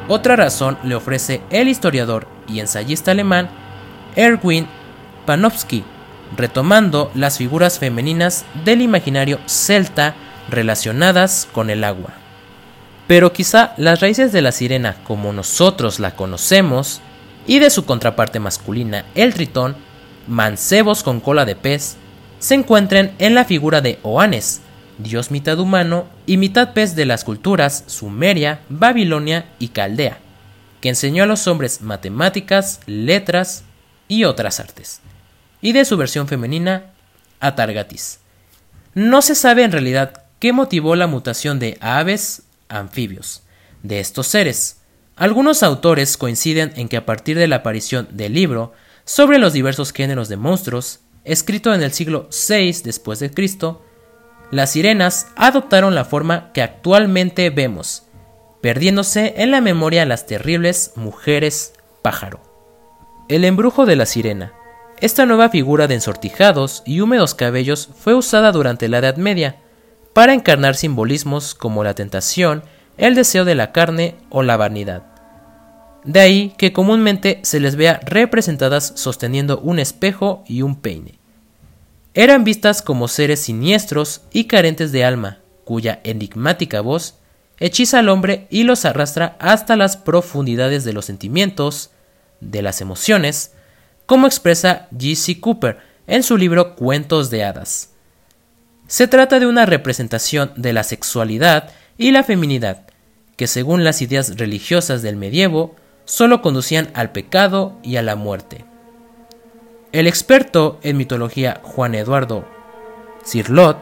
[SPEAKER 3] otra razón le ofrece el historiador y ensayista alemán Erwin Panofsky, retomando las figuras femeninas del imaginario celta relacionadas con el agua. Pero quizá las raíces de la sirena como nosotros la conocemos y de su contraparte masculina, el tritón, mancebos con cola de pez, se encuentren en la figura de Oannes, dios mitad humano y mitad pez de las culturas Sumeria, Babilonia y Caldea, que enseñó a los hombres matemáticas, letras y otras artes, y de su versión femenina, Atargatis. No se sabe en realidad qué motivó la mutación de aves a anfibios de estos seres. Algunos autores coinciden en que a partir de la aparición del libro sobre los diversos géneros de monstruos, escrito en el siglo VI después de Cristo, las sirenas adoptaron la forma que actualmente vemos, perdiéndose en la memoria las terribles mujeres pájaro. El embrujo de la sirena. Esta nueva figura de ensortijados y húmedos cabellos fue usada durante la Edad Media para encarnar simbolismos como la tentación, el deseo de la carne o la vanidad. De ahí que comúnmente se les vea representadas sosteniendo un espejo y un peine. Eran vistas como seres siniestros y carentes de alma, cuya enigmática voz hechiza al hombre y los arrastra hasta las profundidades de los sentimientos, de las emociones, como expresa G.C. Cooper en su libro Cuentos de Hadas. Se trata de una representación de la sexualidad y la feminidad, que según las ideas religiosas del medievo, solo conducían al pecado y a la muerte. El experto en mitología Juan Eduardo Cirlot,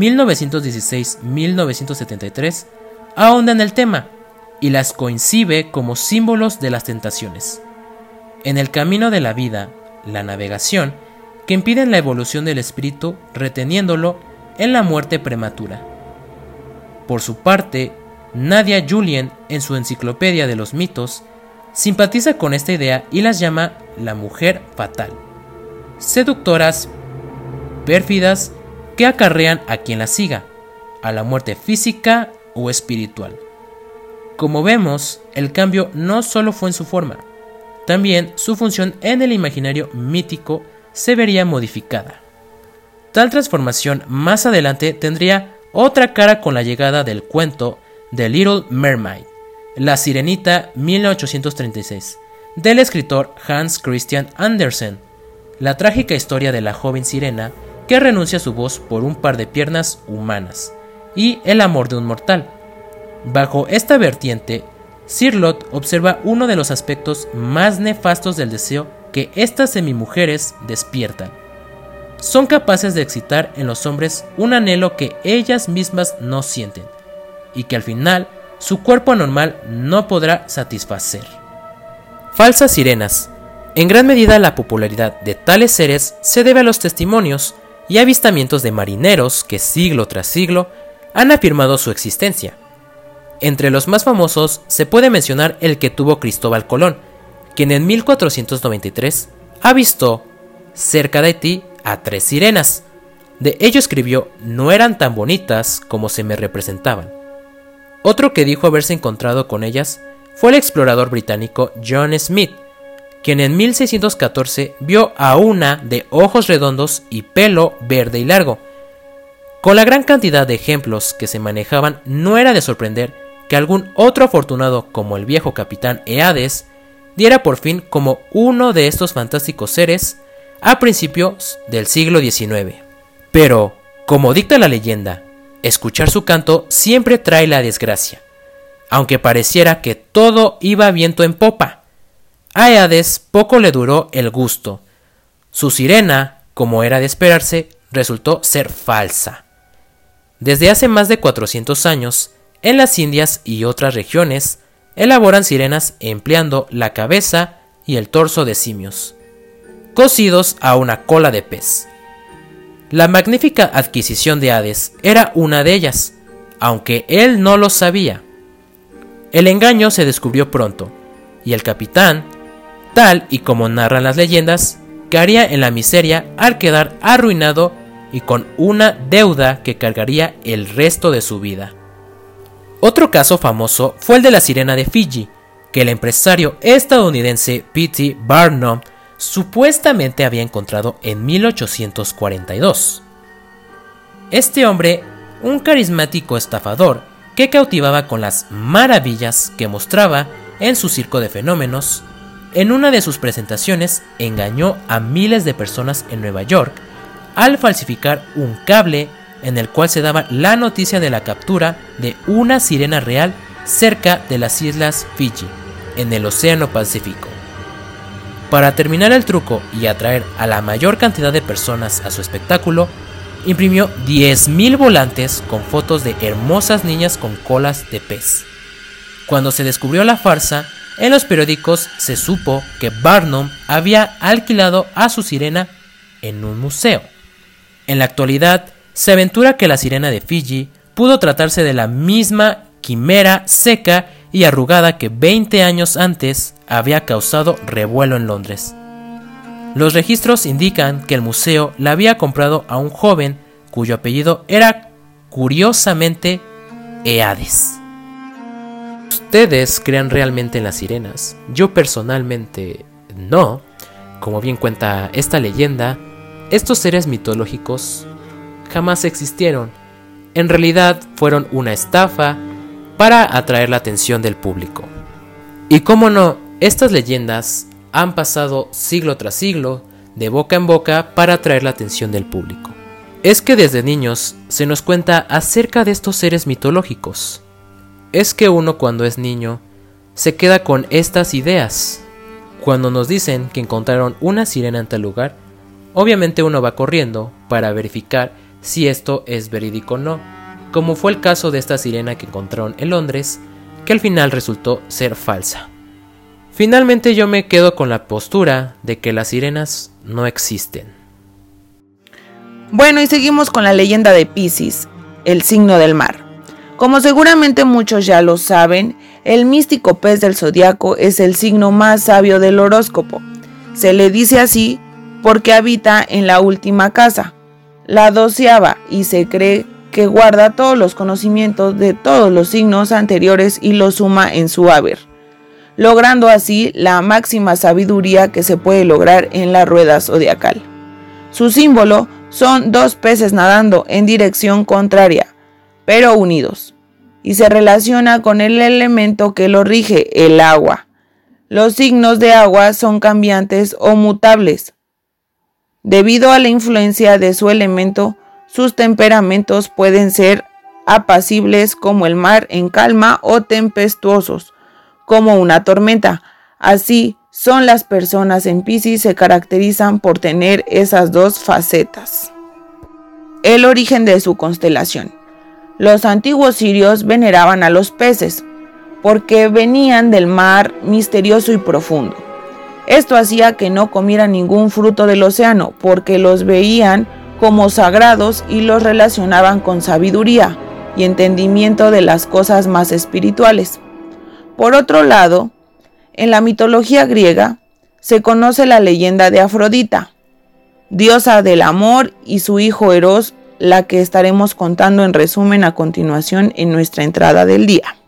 [SPEAKER 3] 1916-1973, ahonda en el tema y las concibe como símbolos de las tentaciones. En el camino de la vida, la navegación, que impiden la evolución del espíritu reteniéndolo en la muerte prematura. Por su parte, Nadia Julien, en su enciclopedia de los mitos, simpatiza con esta idea y las llama la mujer fatal, seductoras, pérfidas, que acarrean a quien las siga, a la muerte física o espiritual. Como vemos, el cambio no solo fue en su forma, también su función en el imaginario mítico se vería modificada. Tal transformación más adelante tendría otra cara con la llegada del cuento The Little Mermaid, La Sirenita 1836, del escritor Hans Christian Andersen, la trágica historia de la joven sirena que renuncia a su voz por un par de piernas humanas y el amor de un mortal. Bajo esta vertiente, Cirlot observa uno de los aspectos más nefastos del deseo que estas semimujeres despiertan. Son capaces de excitar en los hombres un anhelo que ellas mismas no sienten, y que al final su cuerpo anormal no podrá satisfacer. Falsas sirenas. En gran medida la popularidad de tales seres se debe a los testimonios y avistamientos de marineros que siglo tras siglo han afirmado su existencia. Entre los más famosos se puede mencionar el que tuvo Cristóbal Colón, quien en 1493 avistó cerca de Haití a 3 sirenas. De ello escribió: no eran tan bonitas como se me representaban. Otro que dijo haberse encontrado con ellas fue el explorador británico John Smith, quien en 1614 vio a una de ojos redondos y pelo verde y largo. Con la gran cantidad de ejemplos que se manejaban, no era de sorprender que algún otro afortunado como el viejo capitán Eades diera por fin como uno de estos fantásticos seres a principios del siglo XIX. Pero, como dicta la leyenda, escuchar su canto siempre trae la desgracia, aunque pareciera que todo iba viento en popa. A Eades poco le duró el gusto. Su sirena, como era de esperarse, resultó ser falsa. Desde hace más de 400 años, en las Indias y otras regiones, elaboran sirenas empleando la cabeza y el torso de simios, cosidos a una cola de pez. La magnífica adquisición de Hades era una de ellas, aunque él no lo sabía. El engaño se descubrió pronto, y el capitán, tal y como narran las leyendas, caería en la miseria al quedar arruinado y con una deuda que cargaría el resto de su vida. Otro caso famoso fue el de la sirena de Fiji, que el empresario estadounidense P.T. Barnum supuestamente había encontrado en 1842. Este hombre, un carismático estafador que cautivaba con las maravillas que mostraba en su circo de fenómenos, en una de sus presentaciones engañó a miles de personas en Nueva York al falsificar un cable en el cual se daba la noticia de la captura de una sirena real cerca de las islas Fiji, en el Océano Pacífico. Para terminar el truco y atraer a la mayor cantidad de personas a su espectáculo, imprimió 10,000 volantes con fotos de hermosas niñas con colas de pez. Cuando se descubrió la farsa, en los periódicos se supo que Barnum había alquilado a su sirena en un museo. En la actualidad, se aventura que la sirena de Fiji pudo tratarse de la misma quimera seca y arrugada que 20 años antes había causado revuelo en Londres. Los registros indican que el museo la había comprado a un joven cuyo apellido era curiosamente Eades. ¿Ustedes creen realmente en las sirenas? Yo personalmente no. Como bien cuenta esta leyenda, estos seres mitológicos jamás existieron. En realidad fueron una estafa para atraer la atención del público. Y cómo no, estas leyendas han pasado siglo tras siglo, de boca en boca, para atraer la atención del público. Es que desde niños se nos cuenta acerca de estos seres mitológicos. Es que uno cuando es niño se queda con estas ideas. Cuando nos dicen que encontraron una sirena en tal lugar, obviamente uno va corriendo para verificar si esto es verídico o no, como fue el caso de esta sirena que encontraron en Londres, que al final resultó ser falsa. Finalmente yo me quedo con la postura de que las sirenas no existen.
[SPEAKER 2] Bueno, y seguimos con la leyenda de Piscis, el signo del mar. Como seguramente muchos ya lo saben, el místico pez del zodiaco es el signo más sabio del horóscopo. Se le dice así porque habita en la última casa, la 12ª, y se cree que guarda todos los conocimientos de todos los signos anteriores y los suma en su haber, logrando así la máxima sabiduría que se puede lograr en la rueda zodiacal. Su símbolo son 2 peces nadando en dirección contraria, pero unidos, y se relaciona con el elemento que lo rige, el agua. Los signos de agua son cambiantes o mutables. Debido a la influencia de su elemento, sus temperamentos pueden ser apacibles como el mar en calma o tempestuosos como una tormenta. Así son las personas en Piscis, se caracterizan por tener esas 2 facetas. El origen de su constelación. Los antiguos sirios veneraban a los peces porque venían del mar misterioso y profundo. Esto hacía que no comieran ningún fruto del océano porque los veían como sagrados y los relacionaban con sabiduría y entendimiento de las cosas más espirituales. Por otro lado, en la mitología griega se conoce la leyenda de Afrodita, diosa del amor, y su hijo Eros, la que estaremos contando en resumen a continuación en nuestra entrada del día.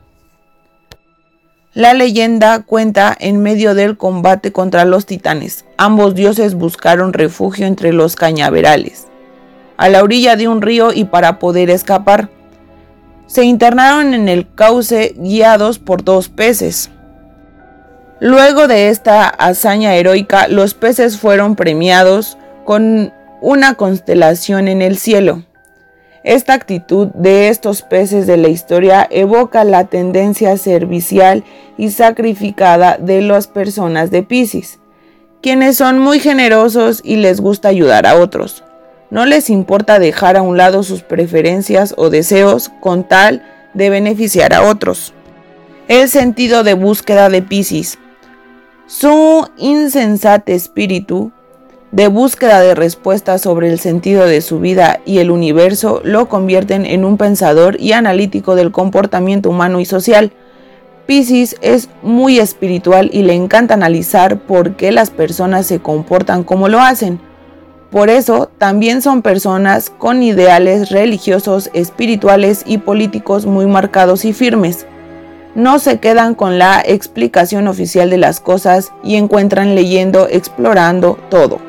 [SPEAKER 2] La leyenda cuenta en medio del combate contra los titanes. Ambos dioses buscaron refugio entre los cañaverales, a la orilla de un río, y para poder escapar, se internaron en el cauce guiados por 2 peces. Luego de esta hazaña heroica, los peces fueron premiados con una constelación en el cielo. Esta actitud de estos peces de la historia evoca la tendencia servicial y sacrificada de las personas de Piscis, quienes son muy generosos y les gusta ayudar a otros. No les importa dejar a un lado sus preferencias o deseos con tal de beneficiar a otros. El sentido de búsqueda de Piscis. Su insensate espíritu de búsqueda de respuestas sobre el sentido de su vida y el universo lo convierten en un pensador y analítico del comportamiento humano y social. Piscis es muy espiritual y le encanta analizar por qué las personas se comportan como lo hacen. Por eso, también son personas con ideales religiosos, espirituales y políticos muy marcados y firmes. no se quedan con la explicación oficial de las cosas y encuentran leyendo, explorando todo.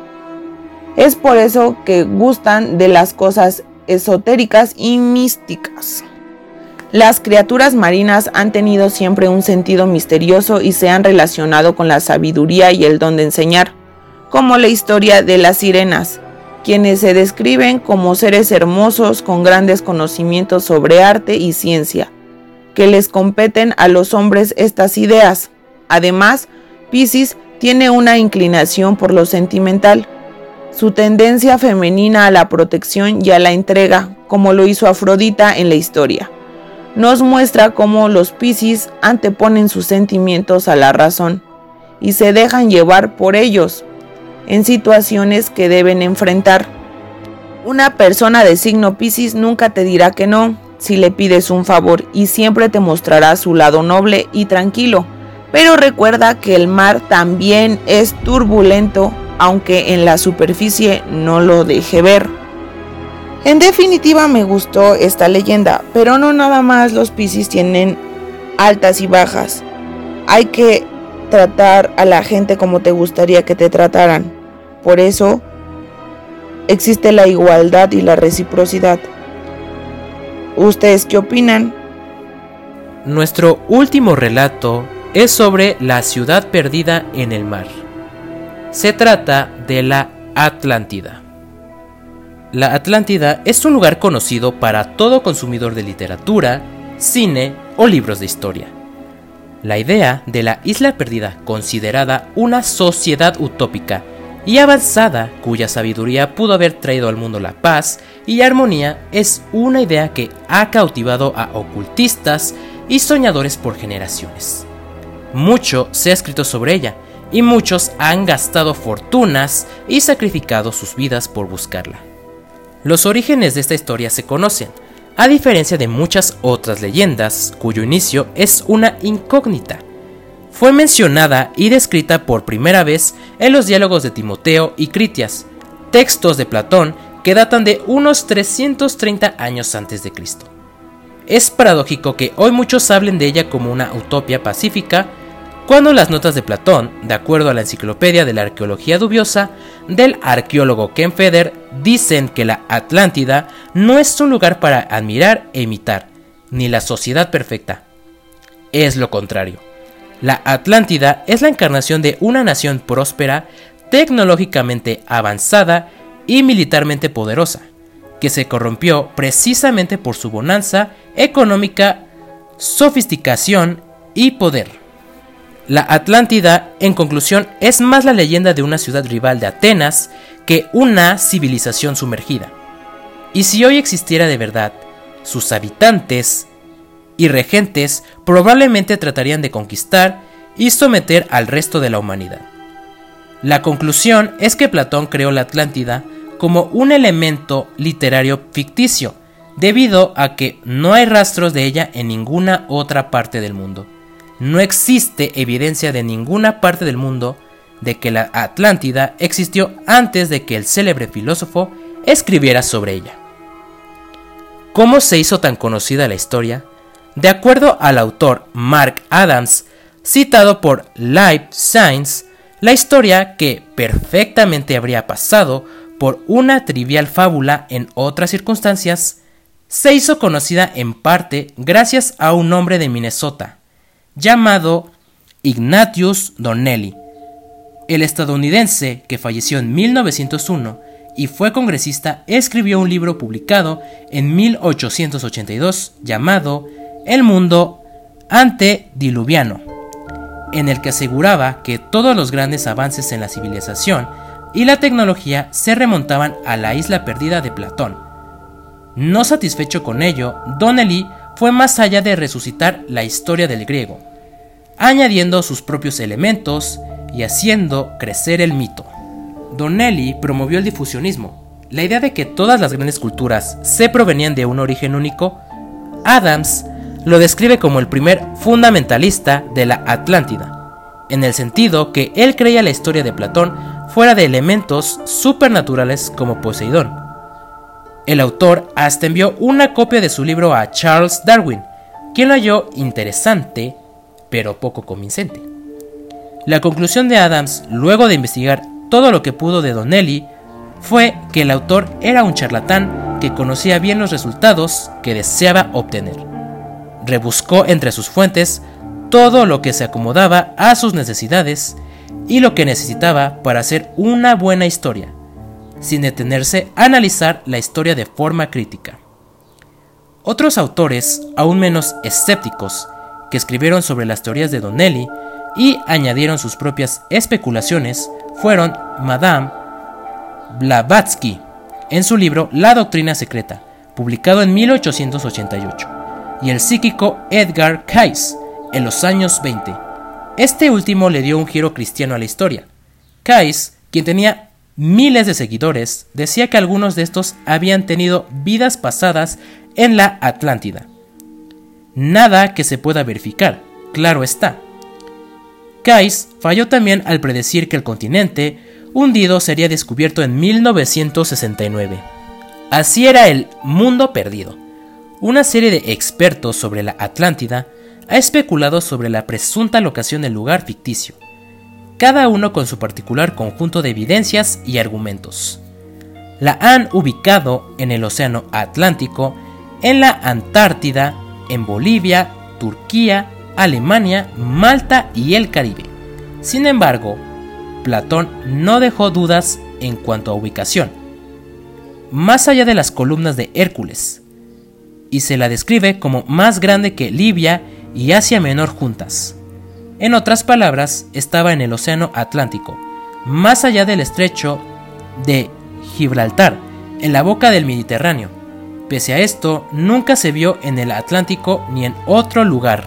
[SPEAKER 2] Es por eso que gustan de las cosas esotéricas y místicas. Las criaturas marinas han tenido siempre un sentido misterioso y se han relacionado con la sabiduría y el don de enseñar, como la historia de las sirenas, quienes se describen como seres hermosos con grandes conocimientos sobre arte y ciencia, que les competen a los hombres estas ideas. Además, Piscis tiene una inclinación por lo sentimental, su tendencia femenina a la protección y a la entrega, como lo hizo Afrodita en la historia. Nos muestra cómo los Piscis anteponen sus sentimientos a la razón y se dejan llevar por ellos en situaciones que deben enfrentar. Una persona de signo Piscis nunca te dirá que no si le pides un favor y siempre te mostrará su lado noble y tranquilo, pero recuerda que el mar también es turbulento, aunque en la superficie no lo deje ver. En definitiva me gustó esta leyenda, pero no nada más los Piscis tienen altas y bajas. Hay que tratar a la gente como te gustaría que te trataran. Por eso existe la igualdad y la reciprocidad. ¿Ustedes qué opinan?
[SPEAKER 3] Nuestro último relato es sobre la ciudad perdida en el mar. Se trata de la Atlántida. La Atlántida es un lugar conocido para todo consumidor de literatura, cine o libros de historia. La idea de la isla perdida, considerada una sociedad utópica y avanzada cuya sabiduría pudo haber traído al mundo la paz y armonía, es una idea que ha cautivado a ocultistas y soñadores por generaciones. Mucho se ha escrito sobre ella y muchos han gastado fortunas y sacrificado sus vidas por buscarla. Los orígenes de esta historia se conocen, a diferencia de muchas otras leyendas cuyo inicio es una incógnita. Fue mencionada y descrita por primera vez en los diálogos de Timoteo y Critias, textos de Platón que datan de unos 330 años antes de Cristo. Es paradójico que hoy muchos hablen de ella como una utopía pacífica, cuando las notas de Platón, de acuerdo a la Enciclopedia de la Arqueología Dubiosa del arqueólogo Ken Feder, dicen que la Atlántida no es un lugar para admirar e imitar, ni la sociedad perfecta. Es lo contrario. La Atlántida es la encarnación de una nación próspera, tecnológicamente avanzada y militarmente poderosa, que se corrompió precisamente por su bonanza económica, sofisticación y poder. La Atlántida, en conclusión, es más la leyenda de una ciudad rival de Atenas que una civilización sumergida. Y si hoy existiera de verdad, sus habitantes y regentes probablemente tratarían de conquistar y someter al resto de la humanidad. La conclusión es que Platón creó la Atlántida como un elemento literario ficticio, debido a que no hay rastros de ella en ninguna otra parte del mundo. No existe evidencia de ninguna parte del mundo de que la Atlántida existió antes de que el célebre filósofo escribiera sobre ella. ¿Cómo se hizo tan conocida la historia? De acuerdo al autor Mark Adams, citado por Life Science, la historia, que perfectamente habría pasado por una trivial fábula en otras circunstancias, se hizo conocida en parte gracias a un hombre de Minnesota, llamado Ignatius Donnelly. El estadounidense, que falleció en 1901 y fue congresista, escribió un libro publicado en 1882 llamado El mundo antediluviano, en el que aseguraba que todos los grandes avances en la civilización y la tecnología se remontaban a la isla perdida de Platón. No satisfecho con ello, Donnelly fue más allá de resucitar la historia del griego, añadiendo sus propios elementos y haciendo crecer el mito. Donnelly promovió el difusionismo, la idea de que todas las grandes culturas se provenían de un origen único. Adams lo describe como el primer fundamentalista de la Atlántida, en el sentido que él creía la historia de Platón fuera de elementos supernaturales como Poseidón. El autor hasta envió una copia de su libro a Charles Darwin, quien lo halló interesante, pero poco convincente. La conclusión de Adams, luego de investigar todo lo que pudo de Donnelly, fue que el autor era un charlatán que conocía bien los resultados que deseaba obtener. Rebuscó entre sus fuentes todo lo que se acomodaba a sus necesidades y lo que necesitaba para hacer una buena historia, sin detenerse a analizar la historia de forma crítica. Otros autores, aún menos escépticos, que escribieron sobre las teorías de Donnelly y añadieron sus propias especulaciones, fueron Madame Blavatsky, en su libro La Doctrina Secreta, publicado en 1888, y el psíquico Edgar Cayce, en los años 20. Este último le dio un giro cristiano a la historia. Cayce, quien tenía miles de seguidores, decía que algunos de estos habían tenido vidas pasadas en la Atlántida. Nada que se pueda verificar, claro está. Cayce falló también al predecir que el continente hundido sería descubierto en 1969. Así era el Mundo Perdido. Una serie de expertos sobre la Atlántida ha especulado sobre la presunta locación del lugar ficticio, cada uno con su particular conjunto de evidencias y argumentos. La han ubicado en el Océano Atlántico, en la Antártida, en Bolivia, Turquía, Alemania, Malta y el Caribe. Sin embargo, Platón no dejó dudas en cuanto a ubicación, más allá de las columnas de Hércules, y se la describe como más grande que Libia y Asia Menor juntas. En otras palabras, estaba en el Océano Atlántico, más allá del estrecho de Gibraltar, en la boca del Mediterráneo. Pese a esto, nunca se vio en el Atlántico ni en otro lugar.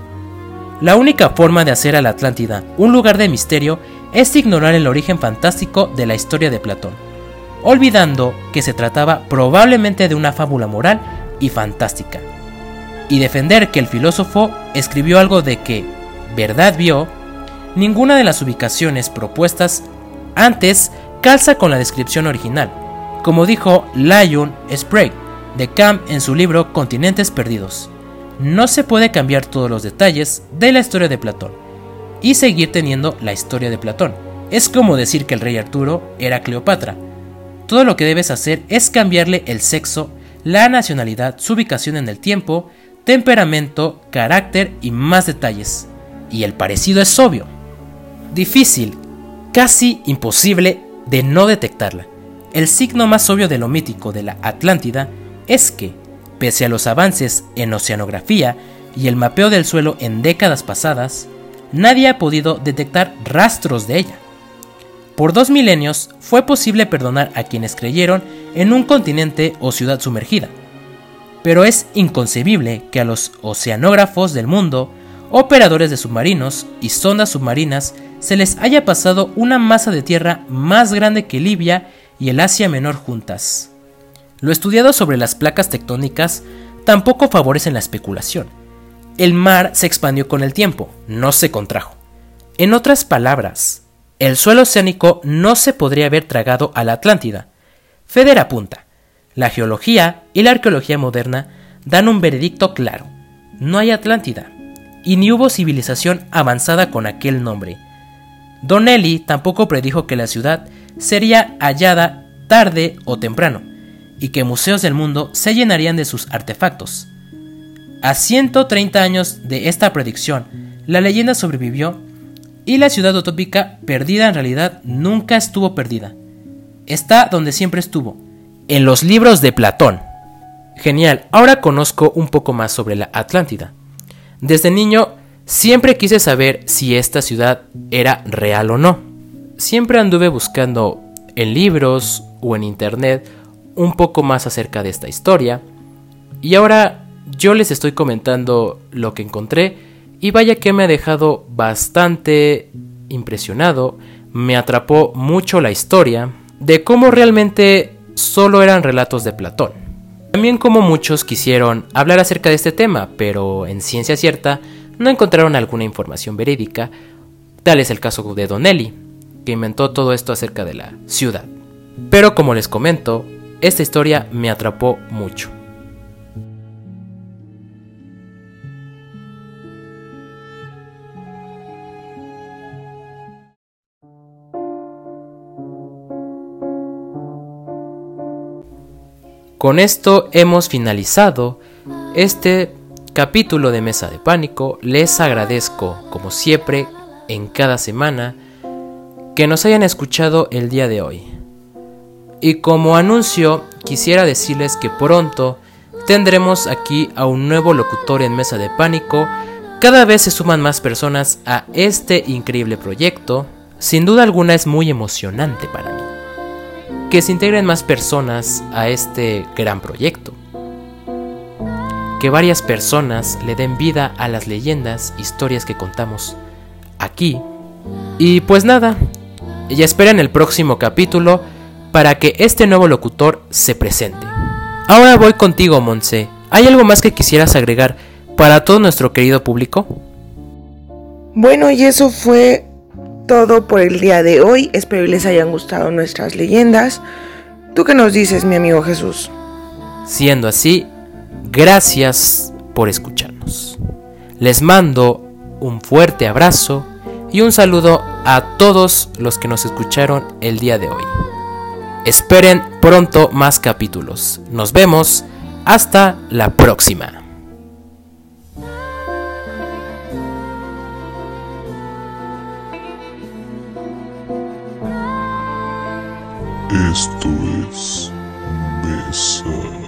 [SPEAKER 3] La única forma de hacer a la Atlántida un lugar de misterio es ignorar el origen fantástico de la historia de Platón, olvidando que se trataba probablemente de una fábula moral y fantástica, y defender que el filósofo escribió algo de que verdad vio. Ninguna de las ubicaciones propuestas antes calza con la descripción original, como dijo Lyon Sprague de Camp en su libro Continentes Perdidos. No se puede cambiar todos los detalles de la historia de Platón y seguir teniendo la historia de Platón. Es como decir que el rey Arturo era Cleopatra. Todo lo que debes hacer es cambiarle el sexo, la nacionalidad, su ubicación en el tiempo, temperamento, carácter y más detalles. Y el parecido es obvio. Difícil, casi imposible de no detectarla. El signo más obvio de lo mítico de la Atlántida es que, pese a los avances en oceanografía y el mapeo del suelo en décadas pasadas, nadie ha podido detectar rastros de ella. Por 2 milenios fue posible perdonar a quienes creyeron en un continente o ciudad sumergida, pero es inconcebible que a los oceanógrafos del mundo, operadores de submarinos y sondas submarinas, se les haya pasado una masa de tierra más grande que Libia y el Asia Menor juntas. Lo estudiado sobre las placas tectónicas tampoco favorecen la especulación. El mar se expandió con el tiempo, no se contrajo. En otras palabras, el suelo oceánico no se podría haber tragado a la Atlántida. Feder apunta: la geología y la arqueología moderna dan un veredicto claro: no hay Atlántida, y ni hubo civilización avanzada con aquel nombre. Donnelly tampoco predijo que la ciudad sería hallada tarde o temprano, y que museos del mundo se llenarían de sus artefactos. A 130 años de esta predicción, la leyenda sobrevivió y la ciudad utópica perdida en realidad nunca estuvo perdida. Está donde siempre estuvo, en los libros de Platón. Genial, ahora conozco un poco más sobre la Atlántida. Desde niño siempre quise saber si esta ciudad era real o no. Siempre anduve buscando en libros o en internet un poco más acerca de esta historia, y ahora yo les estoy comentando lo que encontré, y vaya que me ha dejado bastante impresionado. Me atrapó mucho la historia de cómo realmente solo eran relatos de Platón. También como muchos quisieron hablar acerca de este tema, pero en ciencia cierta no encontraron alguna información verídica. Tal es el caso de Donnelly, que inventó todo esto acerca de la ciudad. Pero como les comento, esta historia me atrapó mucho. con esto hemos finalizado este capítulo de Mesa de Pánico. Les agradezco, como siempre, en cada semana, que nos hayan escuchado el día de hoy. Y como anuncio, quisiera decirles que pronto tendremos aquí a un nuevo locutor en Mesa de Pánico. Cada vez se suman más personas a este increíble proyecto. Sin duda alguna es muy emocionante para mí que se integren más personas a este gran proyecto. Que varias personas le den vida a las leyendas, historias que contamos aquí. Y pues nada, ya esperen el próximo capítulo para que este nuevo locutor se presente. Ahora voy contigo, Monse. ¿Hay algo más que quisieras agregar para todo nuestro querido público?
[SPEAKER 2] Bueno, y eso fue todo por el día de hoy. Espero les hayan gustado nuestras leyendas. ¿Tú qué nos dices, mi amigo Jesús?
[SPEAKER 3] Siendo así, gracias por escucharnos. Les mando un fuerte abrazo y un saludo a todos los que nos escucharon el día de hoy. Esperen pronto más capítulos. Nos vemos. Hasta la próxima.
[SPEAKER 1] Esto es Mesa